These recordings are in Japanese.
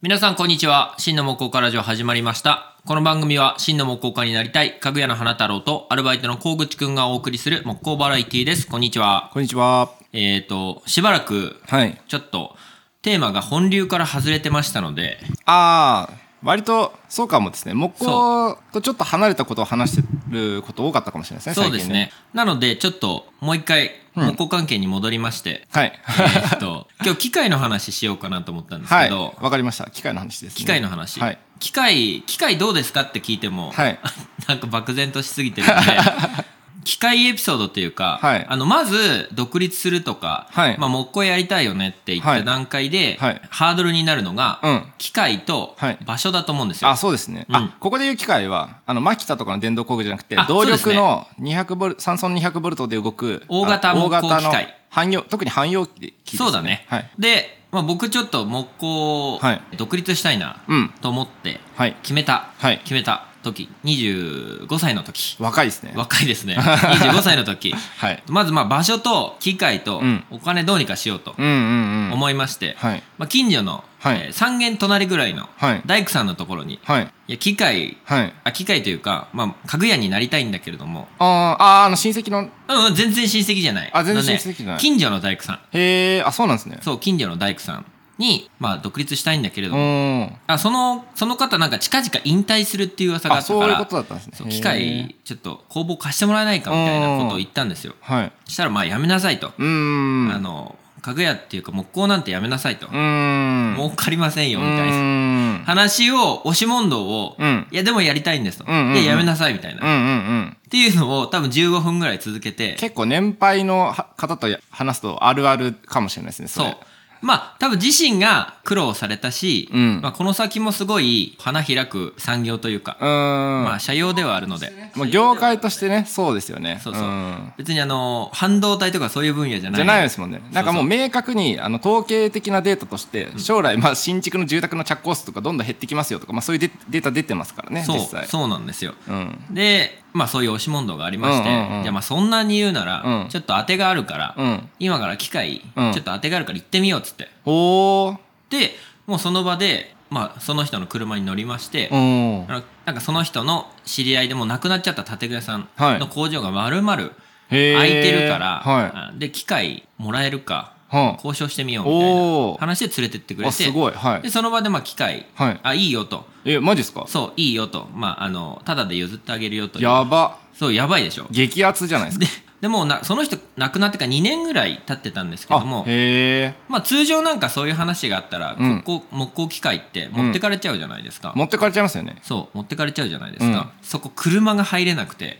皆さんこんにちは。真の木工家ラジオ始まりました。この番組は真の木工家になりたいかぐやの花太郎とアルバイトの河口くんがお送りする木工バラエティです。こんにちは。 こんにちは。 しばらくちょっとテーマが本流から外れてましたので、 割とそうかもですね。木工とちょっと離れたことを話してること多かったかもしれないですね。 そうですね。なのでちょっともう一回木工関係に戻りまして、 はい。 今日機械の話しようかなと思ったんですけど、 わかりました。機械の話ですね。 機械の話。 はい。 機械どうですかって聞いても、 はい、 なんか漠然としすぎてるので機械エピソードっていうか、 はい、 まず独立するとか、 はい、 木工やりたいよねって言った段階で、 はい、 ハードルになるのが、機械と場所だと思うんですよ。 そうですね。ここでいう機械はマキタとかの電動工具じゃなくて、動力の3損200ボルトで動く大型木工機械、 特に汎用機ですね。 そうだね。で、僕ちょっと木工独立したいなと思って決めた時、25歳の時。 若いですね。 若いですね。25歳の時、まず場所と機械とお金どうにかしようと思いまして、近所の3軒隣ぐらいの大工さんのところに、機械というか家具屋になりたいんだけれども、 親戚の全然親戚じゃない。 全然親戚じゃない。 近所の大工さん。 へえ、そうなんですね。 そう、近所の大工さんに独立したいんだけれども、その方なんか近々引退するっていう噂があったから、 そういうことだったんですね。 機械ちょっと工房貸してもらえないかみたいなことを言ったんですよ。そしたらやめなさいと。家具屋っていうか木工なんてやめなさいと。儲かりませんよみたいな話を、押し問答を、いやでもやりたいんですと。やめなさいみたいな。っていうのを多分15分ぐらい続けて。 結構年配の方と話すとあるあるかもしれないですね。 そう。多分自身が苦労されたし、この先もすごい花開く産業というか、社用ではあるので。 業界としてね、そうですよね。 そうそう。別に半導体とかそういう分野じゃない。 じゃないですもんね。なんかもう明確に統計的なデータとして、将来新築の住宅の着工数とかどんどん減ってきますよとか、そういうデータ出てますからね、実際。 そうなんですよ。で、そういう押し問答がありまして、じゃあそんなに言うなら、ちょっと当てがあるから、今から機械、ちょっと当てがあるから行ってみようっつって。で、もうその場で、その人の車に乗りまして、なんかその人の知り合いでも亡くなっちゃった建具屋さんの工場が丸々空いてるから、で、機械もらえるか、交渉してみようみたいな話で連れてってくれて、でその場で機械、いいよと。 マジですか？ そう、いいよと。ただで譲ってあげるよと。 やば。 そう、やばいでしょ。 激アツじゃないですか。 でもその人亡くなってから2年ぐらい経ってたんですけども、通常なんかそういう話があったら、木工機械って持ってかれちゃうじゃないですか。 持ってかれちゃいますよね。 そう、持ってかれちゃうじゃないですか。そこ車が入れなくて。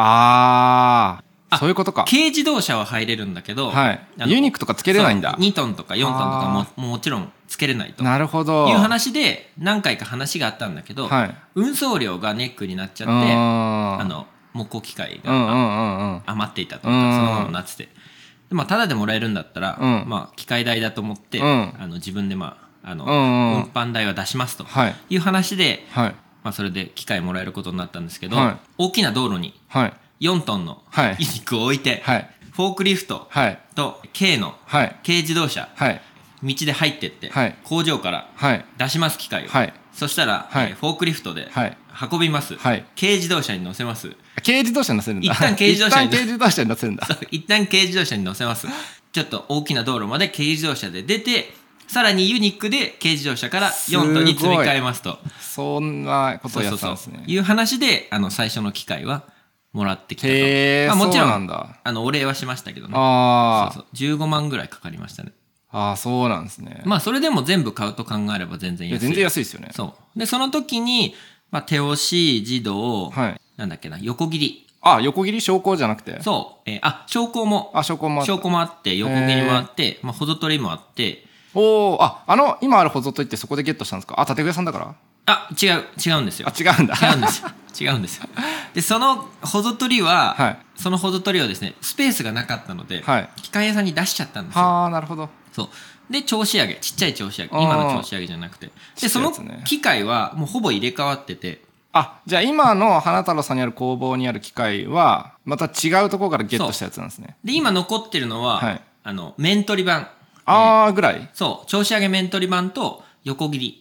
そういうことか。 軽自動車は入れるんだけど、 ユニックとかつけれないんだ。 2トンとか4トンとかもちろんつけれないと。 なるほど。 いう話で何回か話があったんだけど、運送料がネックになっちゃって、木工機械が余っていたというか、そのままなってて。でただでもらえるんだったら、機械代だと思って、自分で運搬代は出しますという話で、それで機械もらえることになったんですけど、大きな道路に4トンのユニックを置いて、フォークリフトと軽自動車、道で入ってって、工場から出します機械を。そしたら、フォークリフトで運びます。軽自動車に乗せます。 軽自動車に乗せるんだ。 一旦軽自動車に乗せるんだ。 一旦軽自動車に乗せます。ちょっと大きな道路まで軽自動車で出て、さらにユニックで軽自動車から4トンに積み替えますと。 そんなことをやったんですね。 いう話で最初の機械はもらってきたと。もちろんお礼はしましたけどね。15万ぐらいかかりましたね。 そうなんですね。 それでも全部買うと考えれば全然安い。 全然安いですよね。 そうでその時に手押し自動、なんだっけな、横切り。 横切り昇降じゃなくて。 そう。昇降もあって、横切りもあって、ほぞ取りもあって。 今あるほぞ取りってそこでゲットしたんですか？建具屋さんだから？ 違うんですよ。 違うんだ。 違うんですよ。で、そのほぞ取りは、そのほぞ取りはですね、スペースがなかったので、機械屋さんに出しちゃったんですよ。 なるほど。 そう。で、調子上げ、ちっちゃい調子上げ、今の調子上げじゃなくて。で、その機械はもうほぼ入れ替わってて。 じゃあ今の花太郎さんにある工房にある機械は、また違うところからゲットしたやつなんですね。 で、今残ってるのは、面取り板。 ぐらい？ そう。調子上げ面取り板と横切り。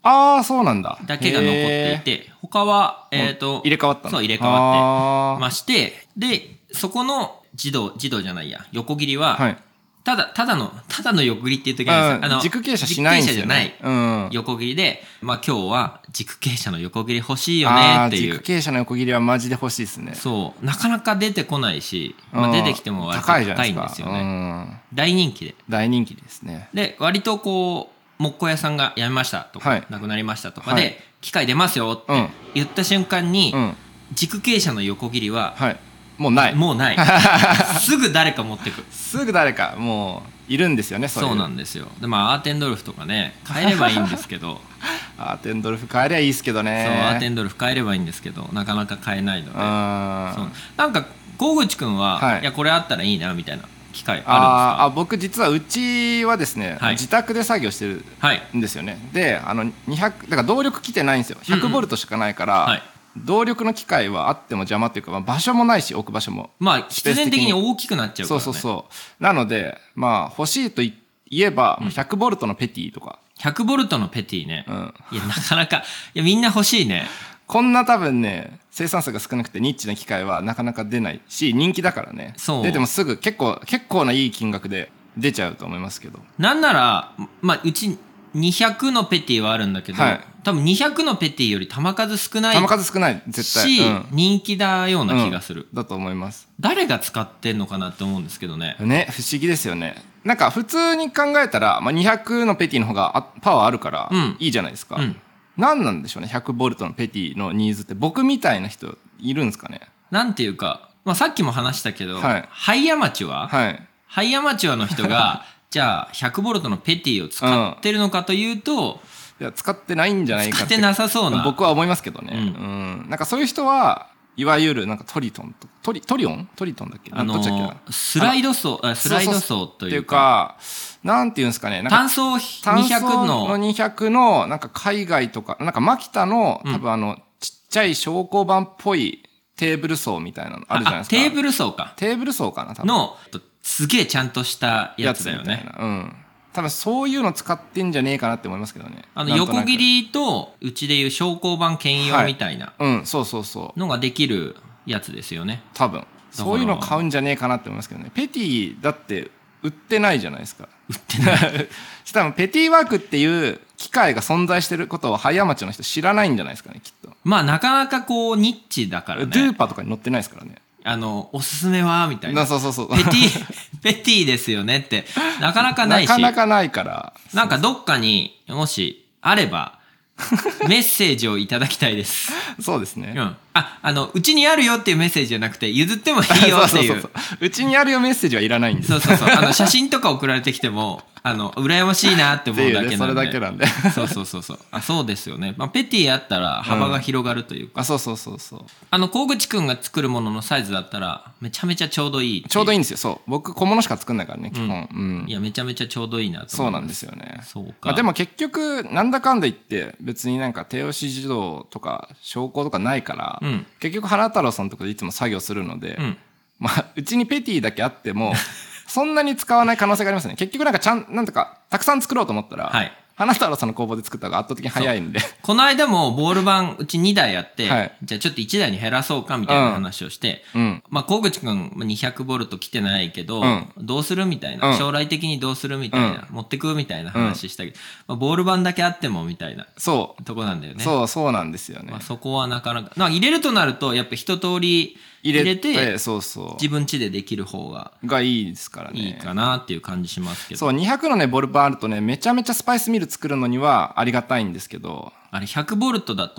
ああ、そうなんだ。 だけが残っていて、他は、 入れ替わったの？ そう、入れ替わってまして、で、そこの自動じゃないや、横切りは、はい、ただの横切りっていう時はですね、 軸傾斜しないんですよね。 軸傾斜じゃない横切りで、まあ今日は軸傾斜の横切り欲しいよねっていう。 軸傾斜の横切りはマジで欲しいですね。 そう、なかなか出てこないし、まあ、出てきても割と高いんですよね。大人気で。 大人気ですね。 で、割とこう、木工屋さんが辞めましたとか、はい、なくなりましたとかで、はい、機械出ますよって言った瞬間に、軸傾斜の横切りは、はい、もうないすぐ誰か持ってく。 すぐ誰かもういるんですよね。 そうなんですよ。でアーテンドルフとかね買えればいいんですけどアーテンドルフ買えればいいですけどね。 そう、アーテンドルフ買えればいいんですけど、なかなか買えないので。そうなんか河口くんは、はい、いやこれあったらいいなみたいな機会あるんですか？ 僕実はうちはですね、はい、自宅で作業してるんですよね。はい、で200だから動力来てないんですよ。100ボルトしかないから、はい、動力の機械はあっても邪魔っていうか、場所もないし置く場所もまあ必然的に大きくなっちゃうからね。 そうなので欲しいと言えば100ボルトのペティとか。 100ボルトのペティね、いやなかなかみんな欲しいね。 こんな多分ね生産数が少なくてニッチな機械はなかなか出ないし、人気だからね。出てもすぐ結構ないい金額で出ちゃうと思いますけど。 なんならうち200のペティはあるんだけど、はい、多分200のペティより球数少ない絶対し、人気だような気がする、 だと思います。 誰が使ってんのかなって思うんですけどね。 不思議ですよね。なんか普通に考えたら、200のペティの方がパワーあるからいいじゃないですか。何なんでしょうね、100ボルトのペティのニーズって。僕みたいな人いるんですかね。 なんていうか、さっきも話したけど、ハイアマチュア、ハイアマチュアの人がじゃあ100ボルトのペティを使ってるのかというと、 いや使ってないんじゃないかって。 使ってなさそうな僕は思いますけどね。なんかそういう人はいわゆるなんかトリトンだっけ、どっちだっけ、 スライド層というか、なんていうんですかね、 単層200 の200のなんか海外とかなんかマキタの多分ちっちゃい昇降板っぽいテーブル層みたいなのあるじゃないですか。 テーブル層かな、多分のすげえちゃんとしたやつだよね。 多分そういうの使ってんじゃねえかなって思いますけどね。 横切りとうちでいう昇降板兼用みたいなのができるやつですよね。 多分そういうの買うんじゃねえかなって思いますけどね。ペティだって売ってないじゃないですか。 売ってない多分ペティワークっていう機械が存在してることをハイアマチュアの人知らないんじゃないですかね、きっと。 なかなかこうニッチだからね。 ドゥーパーとかに載ってないですからね。 おすすめはみたいな。 そうペティですよねってなかなかないし。 なかなかないから。 なんかどっかにもしあればメッセージをいただきたいです。 そうですね。 うちにあるよっていうメッセージじゃなくて、譲ってもいいよっていう。 うちにあるよメッセージはいらないんです。 写真とか送られてきても羨ましいなって思うだけなんで。 それだけなんで。 そうですよね。ペティあったら幅が広がるというか。 そう。 河口くんが作るもののサイズだったらめちゃめちゃちょうどいい。 ちょうどいいんですよ。そう。僕小物しか作んないからね、基本。 いやめちゃめちゃちょうどいいなと思います。 そうなんですよね。そうか。でも結局なんだかんだ言って別になんか手押し自動とか昇降とかないから、結局花太郎さんとかでいつも作業するので、うちにペティだけあってもそんなに使わない可能性がありますね。結局なんとかたくさん作ろうと思ったら、花太郎さんの工房で作った方が圧倒的に早いんで。 この間もボール板うち2台あって、じゃあちょっと1台に減らそうかみたいな話をして、河口くん200ボルト来てないけど、どうするみたいな、将来的にどうするみたいな、持ってくみたいな話したけど、ボール板だけあってもみたいなとこなんだよね。 そうなんですよね。 そこはなかなか入れるとなるとやっぱ一通り入れて自分家でできる方がいいですからね。 いいかなっていう感じしますけど。 そう200のねボルトあるとねめちゃめちゃスパイスミル作るのにはありがたいんですけど、 あれ100ボルトだと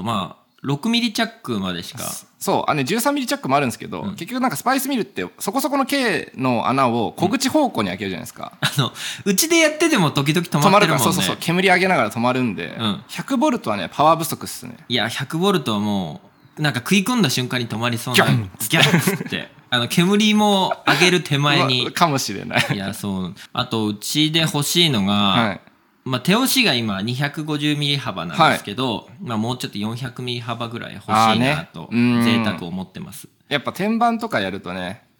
6ミリチャックまでしか。 そう13ミリチャックもあるんですけど、結局なんかスパイスミルってそこそこの径の穴を小口方向に開けるじゃないですか。 うちでやってても時々止まってるもんね。 そう煙上げながら止まるんで、100ボルトはねパワー不足っすね。 いや100ボルトはもうなんか食い込んだ瞬間に止まりそうなギャンって煙も上げる手前にかもしれない。 いやあとうちで欲しいのが、手押しが今250ミリ幅なんですけど、もうちょっと400ミリ幅ぐらい欲しいなと贅沢を持ってます。 やっぱ天板とかやるとね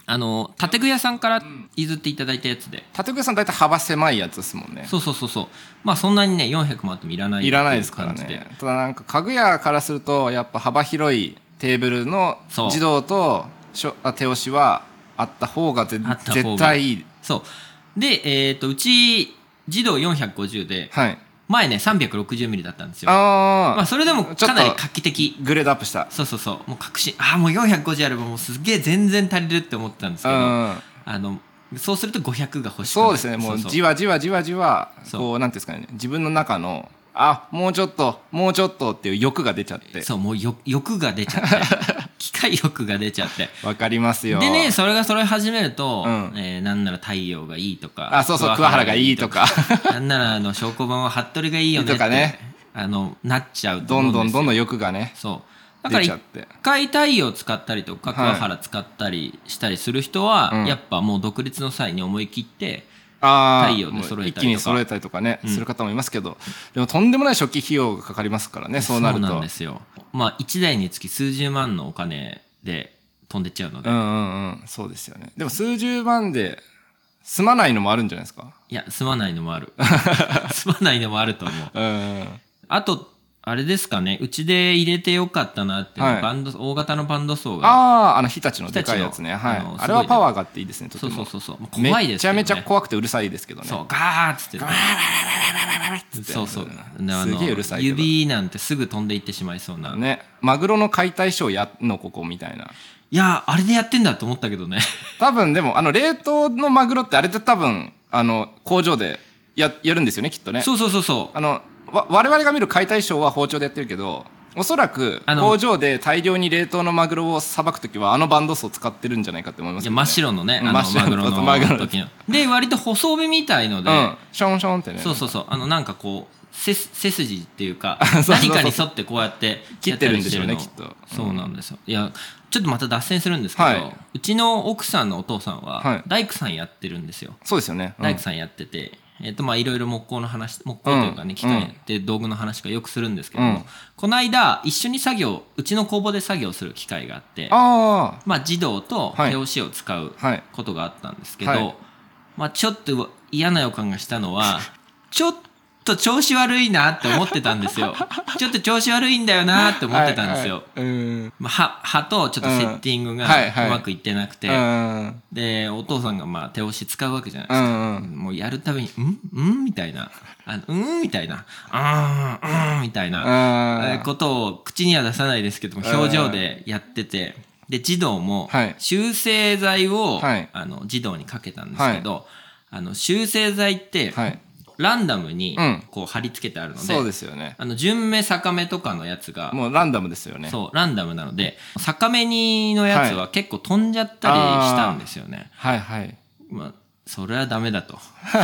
建具屋さんから譲っていただいたやつで、 建具屋さん大体幅狭いやつですもんね。 そうまあそんなにね400もあってもいらないですからね。ただなんか家具屋からするとやっぱ幅広いテーブルの児童と手押しはあった方が絶対いい。 そうでうち児童450で、はい、前ね360ミリだったんですよ。まあそれでもかなり画期的、 グレードアップした。 そうもう確信、もう450あればもうすげえ全然足りるって思ってたんですけど、そうすると500が欲しくなる。 そうですね、もうじわじわこうなんていうんですかね、自分の中のもうちょっとっていう欲が出ちゃって、 そうもう欲が出ちゃって機械欲が出ちゃってわかりますよ。 でね、それ始めると、なんなら太陽がいいとか、 そう桑原がいいとかなんなら証拠版は服部がいいよねってとかね、なっちゃうと思うんですよ。 どんどん欲がね、 そうだから一回太陽使ったりとか桑原使ったりしたりする人は、やっぱもう独立の際に思い切って太陽で揃えたりとか、 一気に揃えたりとかね、する方もいますけど、でもとんでもない初期費用がかかりますからね。そうなるとそうなんですよ。まあ1台につき数十万のお金で飛んでっちゃうので、 そうですよね。でも数十万で済まないのもあるんじゃないですか。 いや済まないのもある済まないのもあると思う。あとあれですかね、うちで入れてよかったなっていうのは、大型のバンド層が、 日立のでかいやつね。あれはパワーがあっていいですね。 そう怖いですけどね。 めちゃめちゃ怖くてうるさいですけどね。 そうガーッつってそうすげえうるさい。指なんてすぐ飛んでいってしまいそうなね。マグロの解体ショーやんのここみたいな。 いやあれでやってんだと思ったけどね多分でも冷凍のマグロってあれで多分工場でやるんですよね、きっとね。 そう我々が見る解体ショーは包丁でやってるけど、おそらく工場で大量に冷凍のマグロをさばくときはバンド層を使ってるんじゃないかって思いますけどね。 真っ白のね、マグロの時ので割と細身みたいので、 ションションってね、 そうなんかこう背筋っていうか何かに沿ってこうやって切ってるんでしょうね、きっと。 そうなんですよ。いやちょっとまた脱線するんですけど、うちの奥さんのお父さんは大工さんやってるんですよ。 そうですよね。 大工さんやってて、まあいろいろ木工というかね、機械で道具の話がよくするんですけども、この間一緒にうちの工房で作業する機会があって、まあ児童と手押しを使うことがあったんですけど、まあちょっと嫌な予感がしたのは、ちょっと調子悪いなって思ってたんですよ。ちょっと調子悪いんだよなって思ってたんですよ。まあ刃とちょっとセッティングがうまくいってなくて、でお父さんがまあ手押し使うわけじゃないですか。もうやるたびにみたいなみたいなみたいなことを口には出さないですけども表情でやってて、で児童も修正剤を児童にかけたんですけど、修正剤ってランダムにこう貼り付けてあるので、 そうですよね。 順目逆目とかのやつがもうランダムですよね。 そうランダムなので、逆目にのやつは結構飛んじゃったりしたんですよね。まあそれはダメだと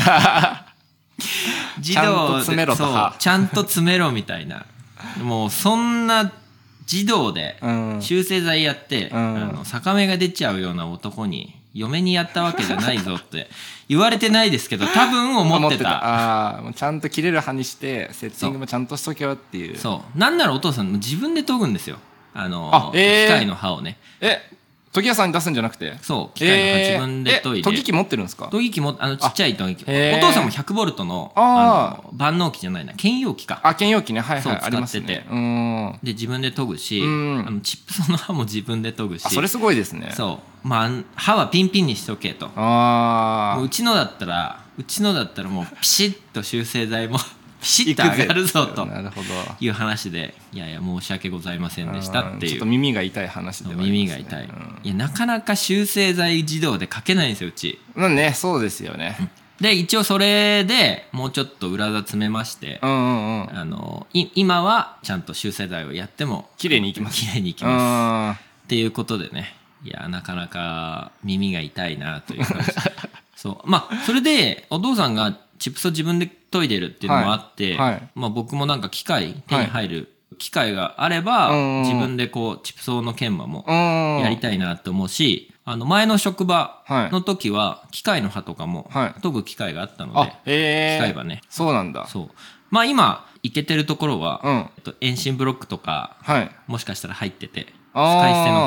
児童でちゃんと詰めろみたいな、もうそんな児童で修正剤やって逆目が出ちゃうような男に嫁にやったわけじゃないぞって言われてないですけど、多分思ってた。 もうちゃんと切れる刃にしてセッティングもちゃんとしとけよっていう。 そうなんならお父さん自分で研ぐんですよ、機械の刃をね。 研ぎ屋さんに出すんじゃなくて、 そう機械の刃自分で研いで。 研ぎ機持ってるんですか？ 研ぎ機もちっちゃい研ぎ機、お父さんも100ボルトの万能機じゃないな、兼用機か。 兼用機ね。そう使ってて、で自分で研ぐし、チップソの刃も自分で研ぐし。 それすごいですね。 そうまあ刃はピンピンにしとけと。うちのだったらもうピシッと修正剤もピシッと上がるぞという話で、いや申し訳ございませんでしたっていう。 ちょっと耳が痛い話ではありますね。 耳が痛い。いやなかなか修正剤自動でかけないんですよ、うち。 そうですよね。 で一応それでもうちょっと裏座詰めまして、今はちゃんと修正剤をやっても綺麗にいきますっていうことでね。いやなかなか耳が痛いなという感じそうまあそれでお父さんがチップスを自分で研いでるっていうのもあって、まあ僕もなんか機械手に入る機会があれば、自分でこうチップソの研磨もやりたいなと思うし、前の職場の時は機械の刃とかも研ぐ機会があったので、機械はね。 そうなんだ。 そうまあ今いけてるところは、遠心ブロックとか、もしかしたら入ってて、使い捨ての刃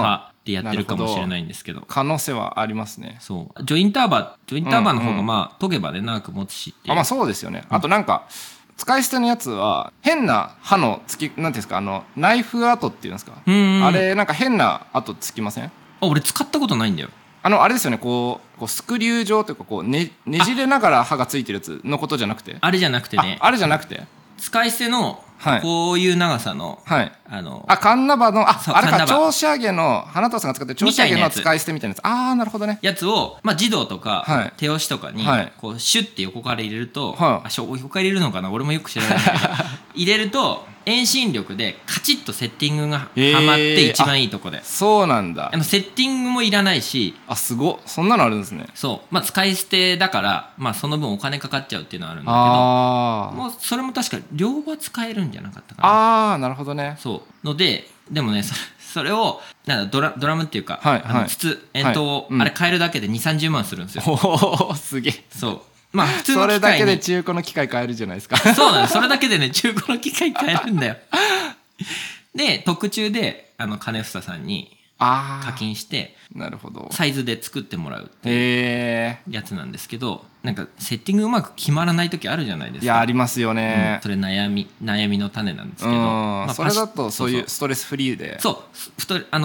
でやってるかもしれないんですけど。 可能性はありますね。 そう。ジョインターバーの方がまあ、研げばね、長く持つしっていう。 まあそうですよね。あとなんか、使い捨てのやつは、変な刃のなんていうんですか、ナイフ跡っていうんですか。あれ、なんか変な跡つきません？ 俺使ったことないんだよ。 あれですよね、こうスクリュー状というか、こうねじれながら刃がついてるやつのことじゃなくて。 あれじゃなくてね。 あれじゃなくて。 使い捨ての、こういう長さの、 はい。カンナバの、あれか、銚子揚げの、花田さんが使ってる銚子揚げの使い捨てみたいなやつ。なるほどね。 やつを、まあ、児童とか、手押しとかに、こう、シュッて横から入れると、横から入れるのかな、俺もよく知らないんだけど、入れると、遠心力でカチッとセッティングがはまって一番いいとこで。 そうなんだ。 セッティングもいらないし。 すごっ。そんなのあるんですね。 そう。まあ、使い捨てだから、まあ、その分お金かかっちゃうっていうのはあるんだけど、もう、それも確か両刃使えるんじゃなかったかな。 なるほどね。 そう。ので、でもね、それを、ドラムっていうか、筒、円筒を、あれ変えるだけで2、30万するんですよ。 すげえ。 そう。まあ普通のそれだけで中古の機械買えるじゃないですか。 そうなの。それだけでね、中古の機械買えるんだよ。で、特注で、金房さんに課金して、 なるほど。 サイズで作ってもらうっていうやつなんですけど、なんかセッティングうまく決まらない時あるじゃないですか。 いや、ありますよね。 それ悩みの種なんですけど、 それだとそういうストレスフリーで。 そう。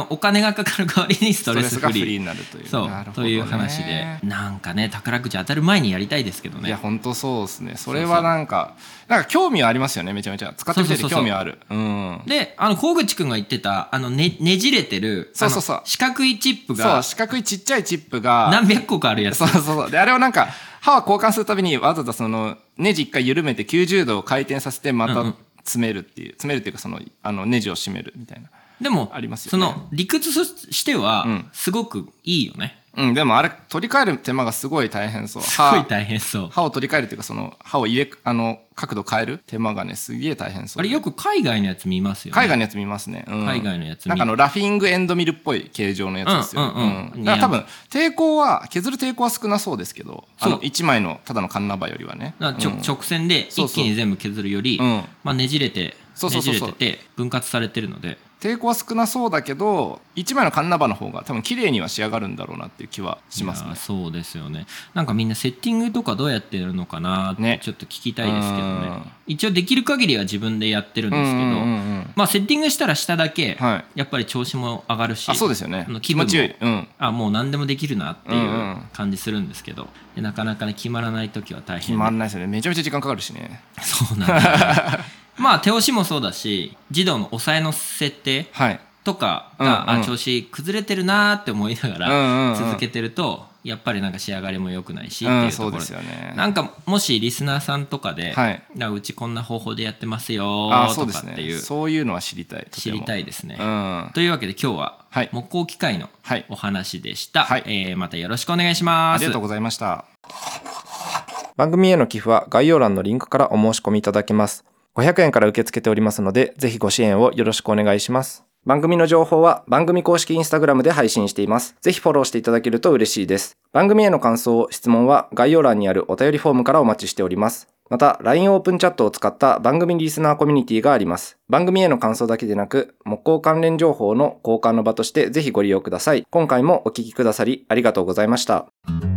お金がかかる代わりにストレスフリー。 ストレスがフリーになるという。 そう。という話で、なんかね、宝くじ当たる前にやりたいですけどね。 いや、本当そうですね。それはなんか興味はありますよね、めちゃめちゃ。使ってみて興味はある。 で、小口くんが言ってた、ねじれてる、四角いチップが。 そう、四角いちっちゃいチップが。 何百個かあるやつ。 そう。で、あれをなんか、刃を交換するたびにわざわざそのネジ一回緩めて90度を回転させてまた詰めるっていうかそのネジを締めるみたいな。 でも、 ありますよね。 その理屈としてはすごくいいよね。 でもあれ取り替える手間がすごい大変そう。 すごい大変そう。 刃を取り替えるっていうかその刃を角度変える手間がねすげえ大変そう。 あれよく海外のやつ見ますよね。 海外のやつ見ますね。 海外のやつなんかラフィングエンドミルっぽい形状のやつですよ。だから多分削る抵抗は少なそうですけど、1枚のただのカンナバよりはね。 直線で一気に全部削るより、まあねじれてて分割されてるので。 抵抗は少なそうだけど1枚のカンナバの方が多分綺麗には仕上がるんだろうなっていう気はしますね。 そうですよね。なんかみんなセッティングとかどうやってるのかなってちょっと聞きたいですけどね。一応できる限りは自分でやってるんですけど、まあセッティングしたら下だけやっぱり調子も上がるし、 そうですよね。 気持ちよい。もう何でもできるなっていう感じするんですけど、なかなかね決まらない時は大変。 決まらないですよね。めちゃめちゃ時間かかるしね。 そうなんだ。まあ手押しもそうだし、自動の押さえの設定とかが調子崩れてるなーって思いながら続けてるとやっぱりなんか仕上がりも良くないしっていうところで、なんかもしリスナーさんとかでうちこんな方法でやってますよとかっていう、 そういうのは知りたいですね。というわけで今日は木工機械のお話でした。またよろしくお願いします。 ありがとうございました。 番組への寄付は概要欄のリンクからお申し込みいただけます。500円から受け付けておりますので、ぜひご支援をよろしくお願いします。番組の情報は番組公式インスタグラムで配信しています。ぜひフォローしていただけると嬉しいです。番組への感想、質問は概要欄にあるお便りフォームからお待ちしております。また、LINE オープンチャットを使った番組リスナーコミュニティがあります。番組への感想だけでなく、木工関連情報の交換の場としてぜひご利用ください。今回もお聞きくださりありがとうございました。